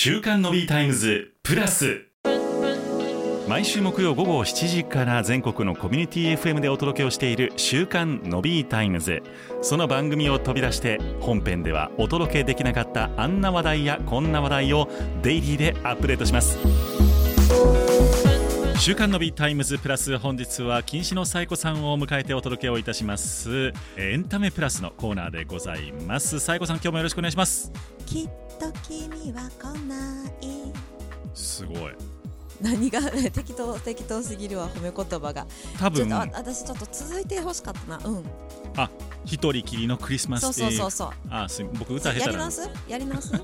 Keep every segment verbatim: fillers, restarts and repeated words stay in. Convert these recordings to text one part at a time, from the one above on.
週刊の B タイムズプラス、毎週木曜午後しちじから全国のコミュニティ エフエム でお届けをしている週刊の B タイムズ。その番組を飛び出して本編ではお届けできなかったあんな話題やこんな話題をデイリーでアップデートします。週刊の B タイムズプラス、本日は金子のサイコさんを迎えてお届けをいたしますエンタメプラスのコーナーでございます。サイコさん、今日もよろしくお願いします。 きっと君は来ない。 すごい、 何が適当適当すぎるわ、褒め言葉が。 多分ちょっと私ちょっと続いてほしかったな。うん。 あ、一人きりのクリスマス。 そうそうそうそう。 えー、あ、す僕歌下手なの。 やり直すやり直す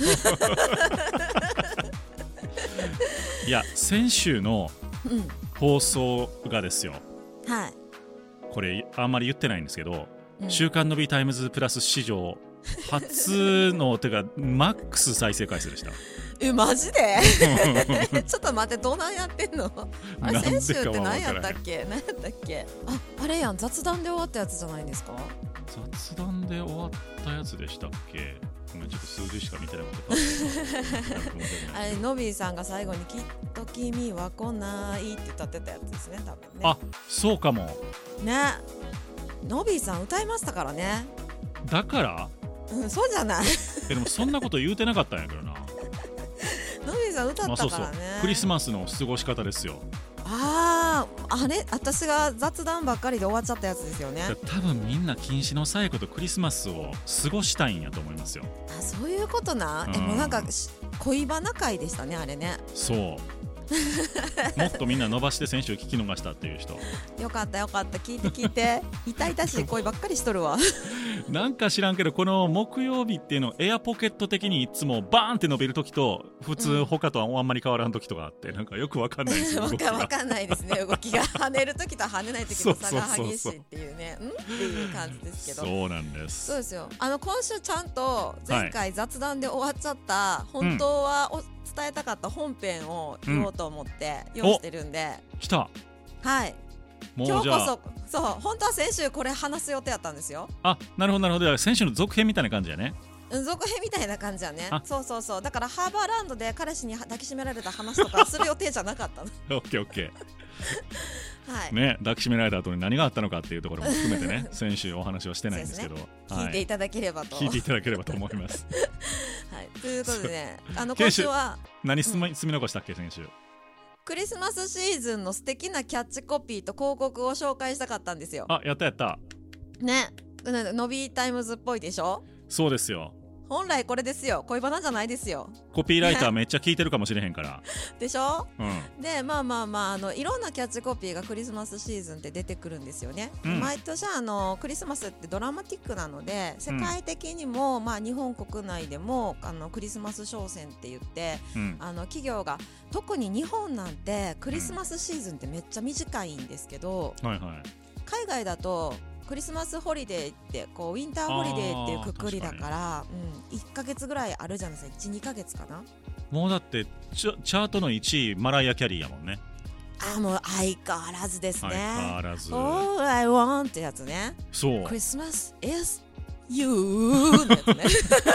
いや、先週の放送がですよ、 うん、はい、 これあんまり言ってないんですけど、 うん、 週刊の B タイムズプラス史上初のてかマックス再生回数でした。 え、マジでちょっと待って、どうなんやってんのあれ、先週って何やったっけ何やったっけ。あ、あれやん、雑談で終わったやつじゃないんですか。 雑談で終わったやつでしたっけ。ごめん、ちょっと数字しか見てなかったあれ、のびーさんが最後にきっと君は来ないって歌ってたやつですね、多分ね。 あ、そうかもね。のびーさん歌いましたからね。 だからうん、そうじゃないえ、でもそんなこと言うてなかったんやけどなのびーさん歌ったからね、まあ、そうそう、 クリスマスの過ごし方ですよ。 ああ、あれ、私が雑談ばっかりで終わっちゃったやつですよね。 多分みんな金子のサイコとクリスマスを過ごしたいんやと思いますよ。 あ、そういうことな、うん、え、もうなんか恋バナ会でしたね、あれね。 そうもっとみんな伸ばして先週聞き逃したっていう人よかったよかった、聞いて聞いて痛々しい恋ばっかりしとるわなんか知らんけど、この木曜日っていうのエアポケット的にいつもバーンって伸びる時と普通、うん、他とはあんまり変わらん時とかあって、なんかよくわかんないですよわか, かんないですね、動きが跳ねる時と跳ねない時の差が激しいっていうね、んっていう感じですけど。 そうなんです。 そうですよ。あの今週ちゃんと前回雑談で終わっちゃった、はい、本当はお、うん、伝えたかった本編を言おうと思って用意してるんで、 うん、来た。 はい、 もう今日こそ、そう、本当は先週これ話す予定だったんですよ。 あ、なるほどなるほど。先週の続編みたいな感じやね。 続編みたいな感じやね。そうそうそう。だからハーバーランドで彼氏に抱きしめられた話とかする予定じゃなかったのオッケーオッケーはいね、抱きしめられた後に何があったのかっていうところも含めてね先週お話はしてないんですけど、ね、 はい、聞いていただければと聞いていただければと思いますはい、ということでね、あの今週は何積み、うん、積み残したっけ。先週クリスマスシーズンの素敵なキャッチコピーと広告を紹介したかったんですよ。 あ、やったやったね。のびタイムズっぽいでしょ。 そうですよ。 本来これですよ、恋バナじゃないですよ。 コピーライターめっちゃ聞いてるかもしれへんからでしょ、 うん、 で、まあまあまあ、あのいろんなキャッチコピーがクリスマスシーズンって出てくるんですよね、うん、毎年あのクリスマスってドラマティックなので世界的にも、うん、まあ、日本国内でもあのクリスマス商戦って言って、うん、あの企業が特に日本なんてクリスマスシーズンってめっちゃ短いんですけど、うん、はいはい、海外だとクリスマスホリデーってこうウィンターホリデーっていうくくりだから、うん、いっかげつぐらいあるじゃないですか。 いち,に ヶ月かな。もうだってチ ャ, チャートのいちいマライア・キャリーやもんね。 あ、もう相変わらずですね。 相変わらず All I want ってやつね。 そう、 クリスマス is you のやつね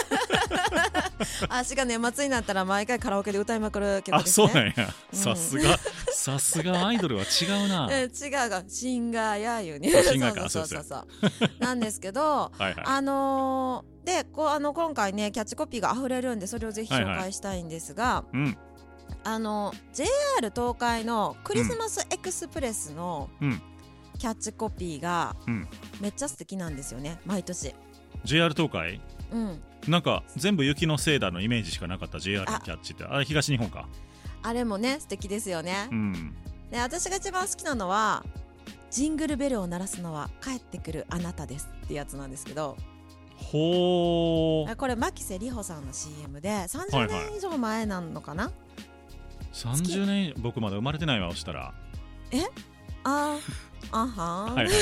足が年末になったら毎回カラオケで歌いまくる曲ですね。 あ、そうなんや、うん、さすがさすがアイドルは違うな違うがシンガーやいうねシンガーかそうそうそうそうなんですけどはい、はい、あのー、でこうあの今回ねキャッチコピーが溢れるんでそれをぜひ紹介したいんですが、はいはい、うん、あの ジェイアール 東海のクリスマスエクスプレスのキャッチコピーがめっちゃ素敵なんですよね、毎年。 ジェイアール 東海、 うん、 なんか全部雪のせいだのイメージしかなかった。 ジェイアール のキャッチって あ, あれ東日本か。 あれもね素敵ですよね、うん、で私が一番好きなのはジングルベルを鳴らすのは帰ってくるあなたですってやつなんですけど、 ほー、 これ牧瀬里穂さんの シーエム でさんじゅうねん以上前なのかな、はいはい、 さんじゅうねん僕まだ生まれてないわ。押したらえああはー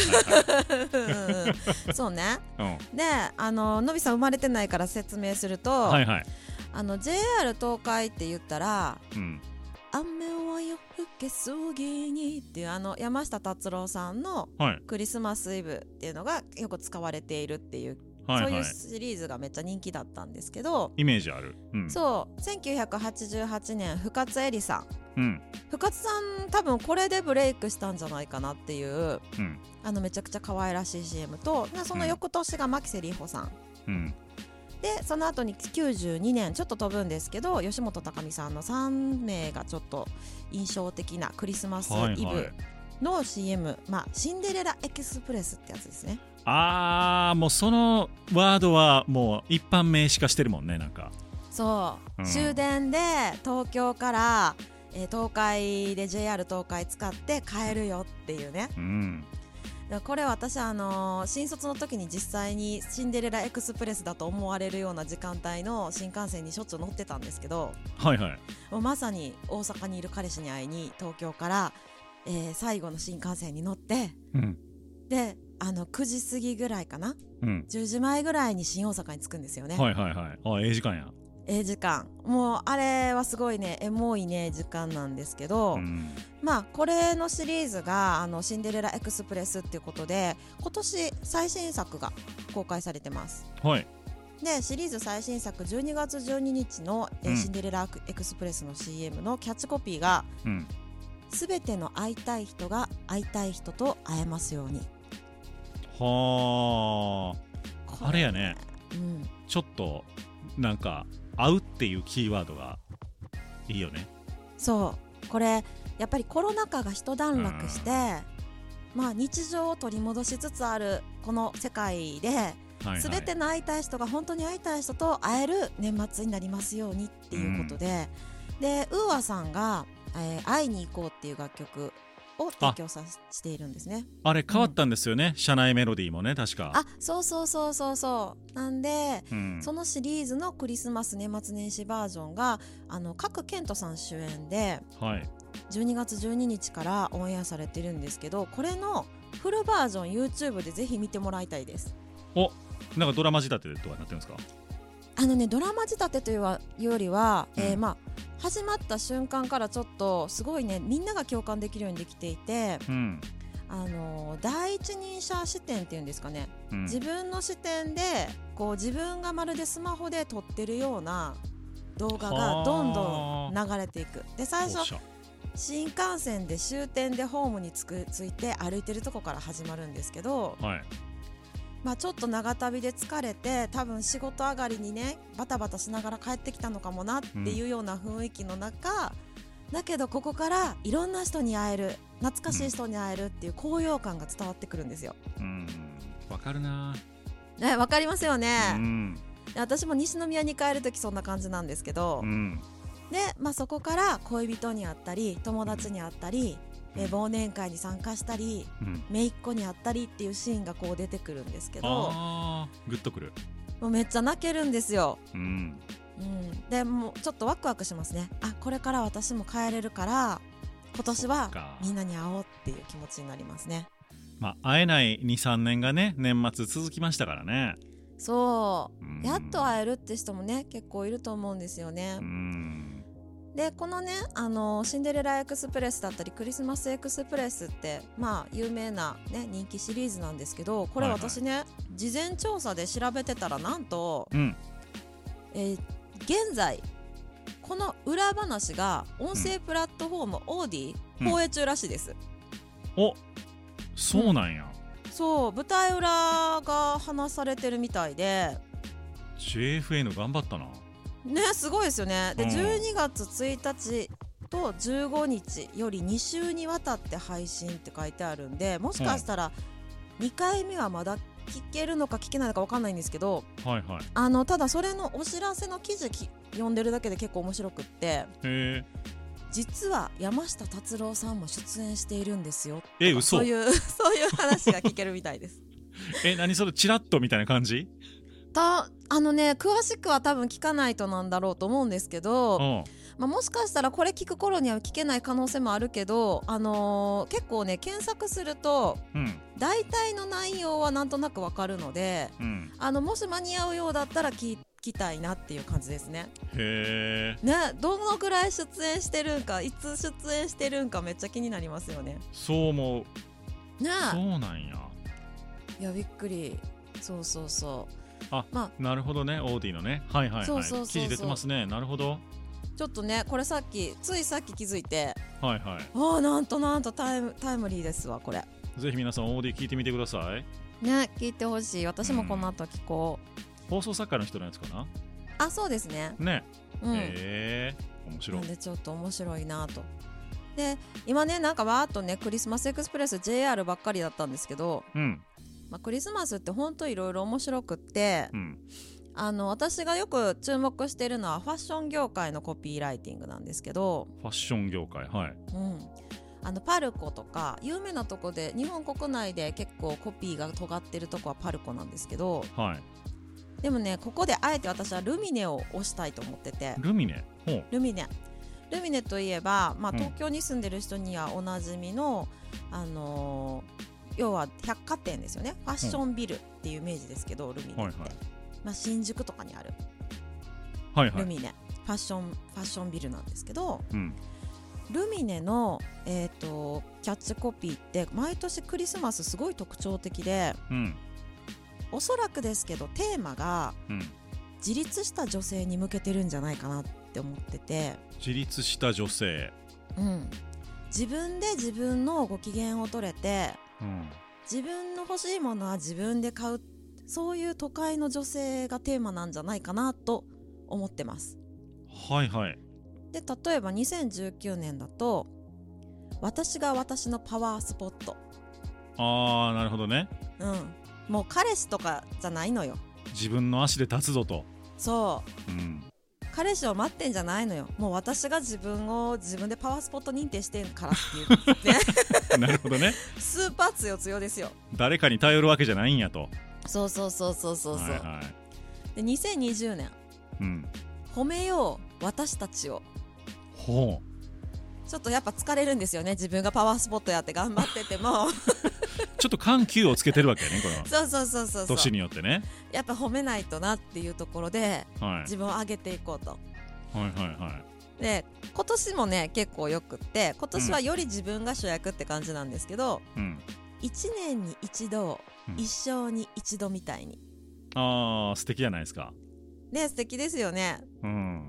そうね、うん、であののびさん生まれてないから説明すると、はいはい、あの ジェイアール 東海って言ったら、うん、雨は夜更けすぎにっていうあの山下達郎さんのクリスマスイブっていうのがよく使われているっていうはいはい、 そういうシリーズがめっちゃ人気だったんですけど、 イメージある、うん、 そうせんきゅうひゃくはちじゅうはちねん深津絵里さん、 うん、 深津さん多分これでブレイクしたんじゃないかなっていう、 うん、 あのめちゃくちゃ可愛らしい シーエム と、その翌年が牧瀬里穂さん、 うん、 でその後にきゅうじゅうにねんちょっと飛ぶんですけど吉本隆美さんのさんめいがちょっと印象的なクリスマスイブの シーエム、はいはい、まあ、シンデレラエクスプレスってやつですね。 あーもうそのワードはもう一般名詞化してるもんね。なんかそう、うん、終電で東京から、えー、東海で ジェイアール 東海使って帰るよっていうね、うん、これ私、あのー、新卒の時に実際にシンデレラエクスプレスだと思われるような時間帯の新幹線にしょっちゅう乗ってたんですけど、 はいはい、 もうまさに大阪にいる彼氏に会いに東京から、えー、最後の新幹線に乗って、うん、であのくじ過ぎぐらいかな、うん、じゅうじまえぐらいに新大阪に着くんですよね。 はいはいはい、あ、ええ時間や。 ええ時間、もうあれはすごいねエモいね時間なんですけど、うん、まあこれのシリーズがあのシンデレラエクスプレスっていうことで今年最新作が公開されてます。 はい。 でシリーズ最新作じゅうにがつじゅうににちの、うん、シンデレラエクスプレスの シーエム のキャッチコピーが、うん、全ての会いたい人が会いたい人と会えますように。 はあ、あれやね、うん、ちょっとなんか会うっていうキーワードがいいよね。 そうこれやっぱりコロナ禍が一段落して、まあ、日常を取り戻しつつあるこの世界で、はいはい、全ての会いたい人が本当に会いたい人と会える年末になりますようにっていうことで、うん、でウーアさんが、えー、会いに行こうっていう楽曲を提供さしているんですね。 あれ変わったんですよね、うん、社内メロディーもね確か。 あ、そうそうそうそうそうなんで、うん、そのシリーズのクリスマス年末年始バージョンがあの賀来賢人さん主演で、はい、じゅうにがつじゅうににちからオンエアされてるんですけど、これのフルバージョン YouTube でぜひ見てもらいたいです。 お、なんかドラマ仕立てとはなってるんですか？ あのねドラマ仕立てというよりは、うん、えー、まあ始まった瞬間からちょっとすごいねみんなが共感できるようにできていて、うん、あの第一人者視点っていうんですかね、うん、自分の視点でこう自分がまるでスマホで撮ってるような動画がどんどん流れていく。で最初新幹線で終点でホームにつくついて歩いてるとこから始まるんですけど、はい、まあ、ちょっと長旅で疲れて多分仕事上がりにねバタバタしながら帰ってきたのかもなっていうような雰囲気の中、うん、だけどここからいろんな人に会える、懐かしい人に会えるっていう高揚感が伝わってくるんですよ。うん、 わかるな、 ね、わかりますよね、うん、私も西宮に帰るときそんな感じなんですけど、うん、で、まあ、そこから恋人に会ったり友達に会ったり、えー、忘年会に参加したり、うん、姪っ子に会ったりっていうシーンがこう出てくるんですけど、 あーグッとくる。 もうめっちゃ泣けるんですよ、うんうん、でもうちょっとワクワクしますね。あ、これから私も帰れるから今年はみんなに会おうっていう気持ちになりますね。 まあ、会えない にさんねんがね年末続きましたからね。 そう、うん、やっと会えるって人もね結構いると思うんですよね。うん、でこのねあのシンデレラエクスプレスだったりクリスマスエクスプレスってまあ有名な、ね、人気シリーズなんですけど、これ私ね、はいはい、事前調査で調べてたらなんと、うん、えー、現在この裏話が音声プラットフォーム、うん、オーディ放映中らしいです、 うん、お、そうなんや、 うん、そう舞台裏が話されてるみたいでジェイエフエヌ 頑張ったなね、すごいですよね。で、うん、じゅうにがつついたちとじゅうごにちよりにしゅうにわたって配信って書いてあるんで、もしかしたらにかいめはまだ聞けるのか聞けないのか分かんないんですけど、はいはい、あのただそれのお知らせの記事き読んでるだけで結構面白くって、へ実は山下達郎さんも出演しているんですよ。 え、嘘。 そういうそういう話が聞けるみたいですえ、何それチラッとみたいな感じたあのね詳しくは多分聞かないとなんだろうと思うんですけど、まあ、もしかしたらこれ聞く頃には聞けない可能性もあるけど、あのー、結構ね検索すると、うん、大体の内容はなんとなくわかるので、うん、あのもし間に合うようだったら聞きたいなっていう感じですね。へー、ね、どのぐらい出演してるんかいつ出演してるんかめっちゃ気になりますよね。 そう思う、 ね、 そうなんや。 いやびっくり。そうそうそうあ、まあ、なるほどね。オーディのね、はいはいはい、 そうそうそうそう、 記事出てますね。なるほど。 ちょっとねこれさっきついさっき気づいて、 はいはい、 ああなんとなんとタイムタイムリーですわこれ。 ぜひ皆さんオーディ聞いてみてくださいね。聞いてほしい。私もこの後聞こう、 うん、放送作家の人のやつかな。 あ、そうですね。 ね、 うん、 えー、面白い。 なんでちょっと面白いなと。で今ねなんかわーっとねクリスマスエクスプレス ジェイアール ばっかりだったんですけど、 うんまあ、クリスマスってほんといろいろ面白くって、 うん、 あの私がよく注目してるのはファッション業界のコピーライティングなんですけど、 ファッション業界、はい、 うん、あのパルコとか有名なとこで日本国内で結構コピーが尖ってるとこはパルコなんですけど、 はい、 でもねここであえて私はルミネを推したいと思ってて。 ルミネ、ほう、 ルミネルミネといえば、まあ、 うん、 東京に住んでる人にはおなじみの、あのー、要は百貨店ですよね。ファッションビルっていうイメージですけど、うん、ルミネって、はいはい、まあ、新宿とかにある、はいはい、ルミネファッションファッションビルなんですけど、うん、ルミネの、えーと、キャッチコピーって毎年クリスマスすごい特徴的で、うん、おそらくですけどテーマが、うん、自立した女性に向けてるんじゃないかなって思ってて。 自立した女性、 うん、自分で自分のご機嫌を取れて、うん、自分の欲しいものは自分で買う、そういう都会の女性がテーマなんじゃないかなと思ってます。 はいはい。 で例えばにせんじゅうきゅうねんだと私が私のパワースポット。 あー、なるほどね。 うん、もう彼氏とかじゃないのよ。自分の足で立つぞと。 そう、うん、彼氏を待ってんじゃないのよ。もう私が自分を自分でパワースポット認定してんからっていう、ね、 なるほどね。 スーパー強強ですよ。 誰かに頼るわけじゃないんやと。 そうそうそうそうそうそう、はいはい、でにせんにじゅうねん、うん、褒めよう私たちを。 ほう。 ちょっとやっぱ疲れるんですよね。自分がパワースポットやって頑張っててもちょっと緩急をつけてるわけねこのそうそうそうそうそう、 年によってね。 やっぱ褒めないとなっていうところで、はい、自分を上げていこうと。 はいはいはい。 で今年もね結構よくって、今年はより自分が主役って感じなんですけど、うん、いちねんに一度、うん、一生に一度みたいに。 あー、素敵じゃないですかね。素敵ですよね、うん、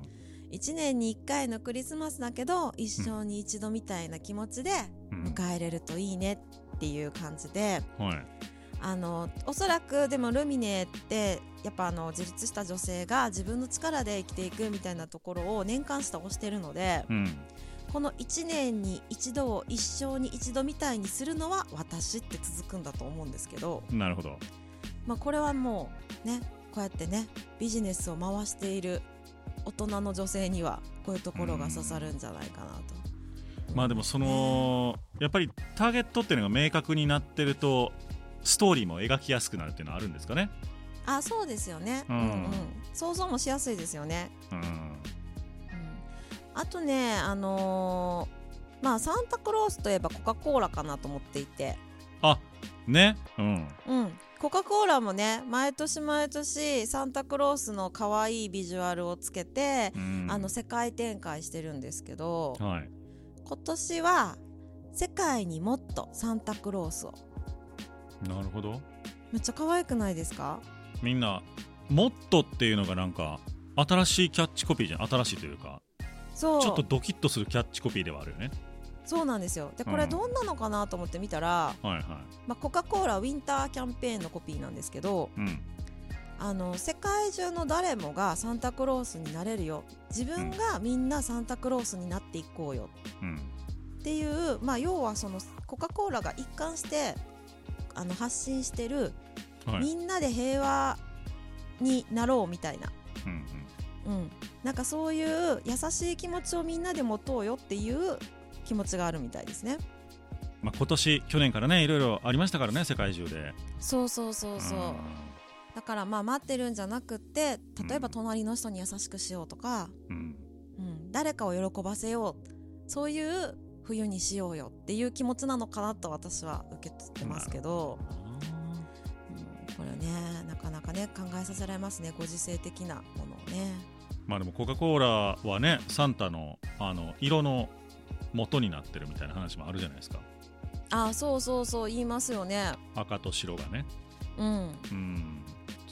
いちねんにいっかいのクリスマスだけど一生に一度みたいな気持ちで迎えれるといいねっていう感じで、うん、はい、あのおそらくでもルミネってやっぱあの自立した女性が自分の力で生きていくみたいなところを年間下推してるので、うん、このいちねんに一度を一生に一度みたいにするのは私って続くんだと思うんですけど。 なるほど、 まあ、これはもうねこうやってねビジネスを回している大人の女性にはこういうところが刺さるんじゃないかなと。 まあでもその、ね、やっぱりターゲットっていうのが明確になってるとストーリーも描きやすくなるっていうのはあるんですかね。 あ、そうですよね、うんうん、想像もしやすいですよね、うんうん、あとねあのー、まあサンタクロースといえばコカ・コーラかなと思っていて。 あ、ね、うん、 うん、コカ・コーラもね毎年毎年サンタクロースの可愛いビジュアルをつけて、うん、あの世界展開してるんですけど、はい、今年は世界にもっとサンタクロースを。 なるほど。 めっちゃ可愛くないですか。 みんなもっとっていうのがなんか新しいキャッチコピーじゃん。新しいというか、そうちょっとドキッとするキャッチコピーではあるよね。 そうなんですよ。でこれどんなのかなと思って見たら、うん、はいはい、まあ、コカ・コーラウィンターキャンペーンのコピーなんですけど、うん、あの世界中の誰もがサンタクロースになれるよ、自分がみんなサンタクロースになっていこうよ、うん、っていう、まあ、要はそのコカ・コーラが一貫してあの発信してる、はい、みんなで平和になろうみたいな、うんうんうん、なんかそういう優しい気持ちをみんなで持とうよっていう気持ちがあるみたいですね。 まあ、今年去年からねいろいろありましたからね世界中で。 そうそうそうそう、うん、だからまあ待ってるんじゃなくって例えば隣の人に優しくしようとか、うんうん、誰かを喜ばせよう、そういう冬にしようよっていう気持ちなのかなと私は受け取ってますけど、うん、これねなかなかね考えさせられますね、ご時世的なものをね。 まあでもコカ・コーラはねサンタのあの色の元になってるみたいな話もあるじゃないですか。 あ、そうそうそう言いますよね。 赤と白がね、 うん、 うん、そ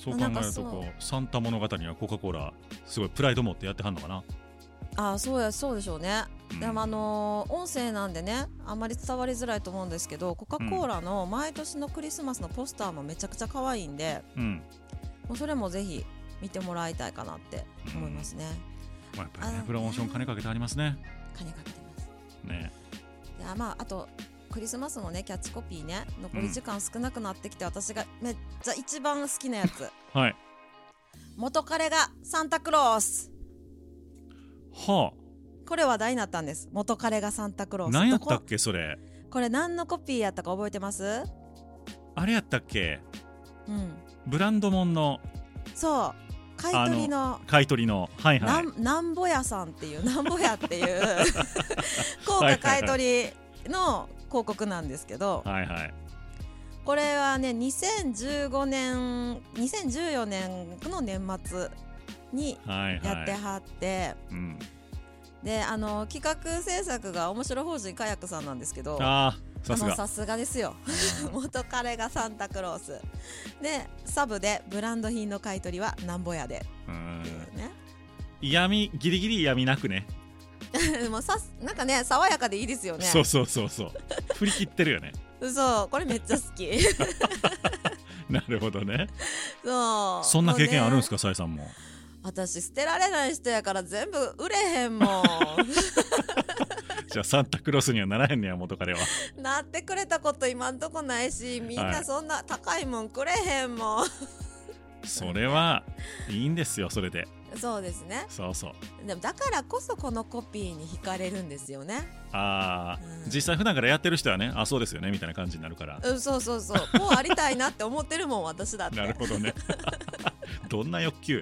そう考えるとこうサンタ物語にはコカ・コーラすごいプライド持ってやってはんのかな。 あ、そうやそうでしょうね、 うん、 でもあのー、音声なんでねあんまり伝わりづらいと思うんですけど、コカ・コーラの毎年のクリスマスのポスターもめちゃくちゃ可愛いんで、うん、もうそれもぜひ見てもらいたいかなって思いますね、 うん、まあ、やっぱりねプロモーション金かけてありますね。 金かけてますね。 いや、まあ、あとクリスマスのねキャッチコピーね、残り時間少なくなってきて、うん、私がめっちゃ一番好きなやつはい、 元彼がサンタクロース。 はあ、 これ話題になったんです。元彼がサンタクロース。 何やったっけそれ。 これ何のコピーやったか覚えてます？ あれやったっけ、 うん、 ブランド物の、 そう買い取りの買い取りの、はいはい、 なんなんぼ屋さんっていうなんぼ屋っていう高価買い取りの広告なんですけど、 はいはい、 これはねにせんじゅうごねんにせんじゅうよねんの年末にやってはって、はいはい、うん、であの企画制作が面白法人カヤックさんなんですけど、 あさすがさすがですよ元彼がサンタクロースで、サブでブランド品の買い取りはなんぼやでっていうね、 嫌味ギリギリ嫌味なくねもうさなんかね爽やかでいいですよね。 そうそうそうそう振り切ってるよねそうこれめっちゃ好きなるほどね。 そうそんな経験あるんですか、さえさんも。 私捨てられない人やから全部売れへんもんじゃあサンタクロースにはならへんねや、元彼は。 なってくれたこと今んとこないし、みんなそんな高いもんくれへんもん、はい、 それはいいんですよ、それで。 そうですね。 そうそうでもだからこそこのコピーに惹かれるんですよね。 あ、うん、実際普段からやってる人はね、あ、そうですよねみたいな感じになるから、 うん、そうそうそう、こうありたいなって思ってるもん私だって。 なるほどねどんな欲求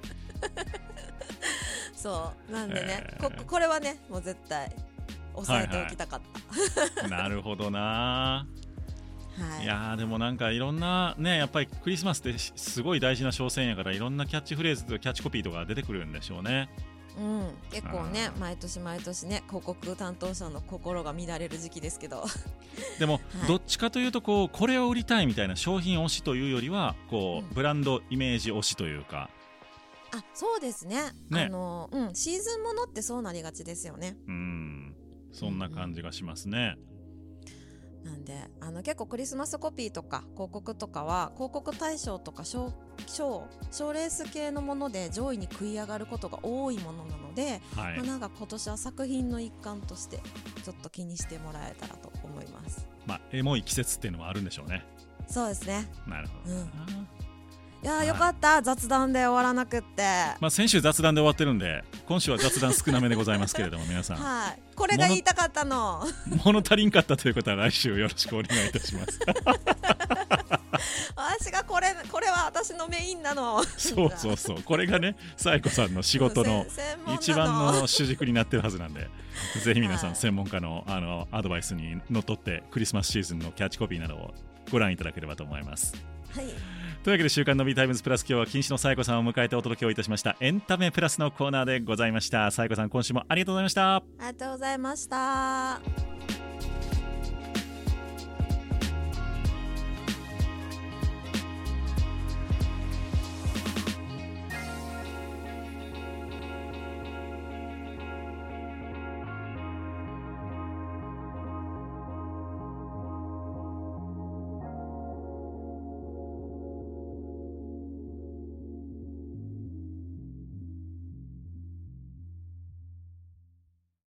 そうなんでね、えー、こ, これはねもう絶対押さえておきたかった、はいはい、 なるほどな、はい、いやでもなんかいろんなね、やっぱりクリスマスってすごい大事な商戦やから、いろんなキャッチフレーズとキャッチコピーとか出てくるんでしょうね。 うん、結構ね毎年毎年ね広告担当者の心が乱れる時期ですけどでも、はい、どっちかというとこうこれを売りたいみたいな商品推しというよりはこう、うん、ブランドイメージ推しというか。 あ、そうですね、 ね、 あの、うん、シーズンものってそうなりがちですよね。 うん、そんな感じがしますね、 うんうん、なんであの結構クリスマスコピーとか広告とかは広告大賞とか賞賞レース系のもので上位に食い上がることが多いものなので、はい、まあ、なんか今年は作品の一環としてちょっと気にしてもらえたらと思います。 まあエモい季節っていうのはあるんでしょうね。 そうですね。 なるほど、うん、 いやーよかった、雑談で終わらなくって、 まあ、先週雑談で終わってるんで今週は雑談少なめでございますけれども皆さん、 はい、これが言いたかったの物足りんかったということは来週よろしくお願いいたします私がこれこれは私のメインなのそうそうそう、これがねさえこさんの仕事の一番の主軸になってるはずなんでぜひ皆さん専門家の、あのアドバイスにのっとってクリスマスシーズンのキャッチコピーなどをご覧いただければと思います。 はい、 というわけで週刊の B タイムズプラス、今日は金子のさえこさんを迎えてお届けをいたしましたエンタメプラスのコーナーでございました。さえこさん今週もありがとうございました。 ありがとうございました。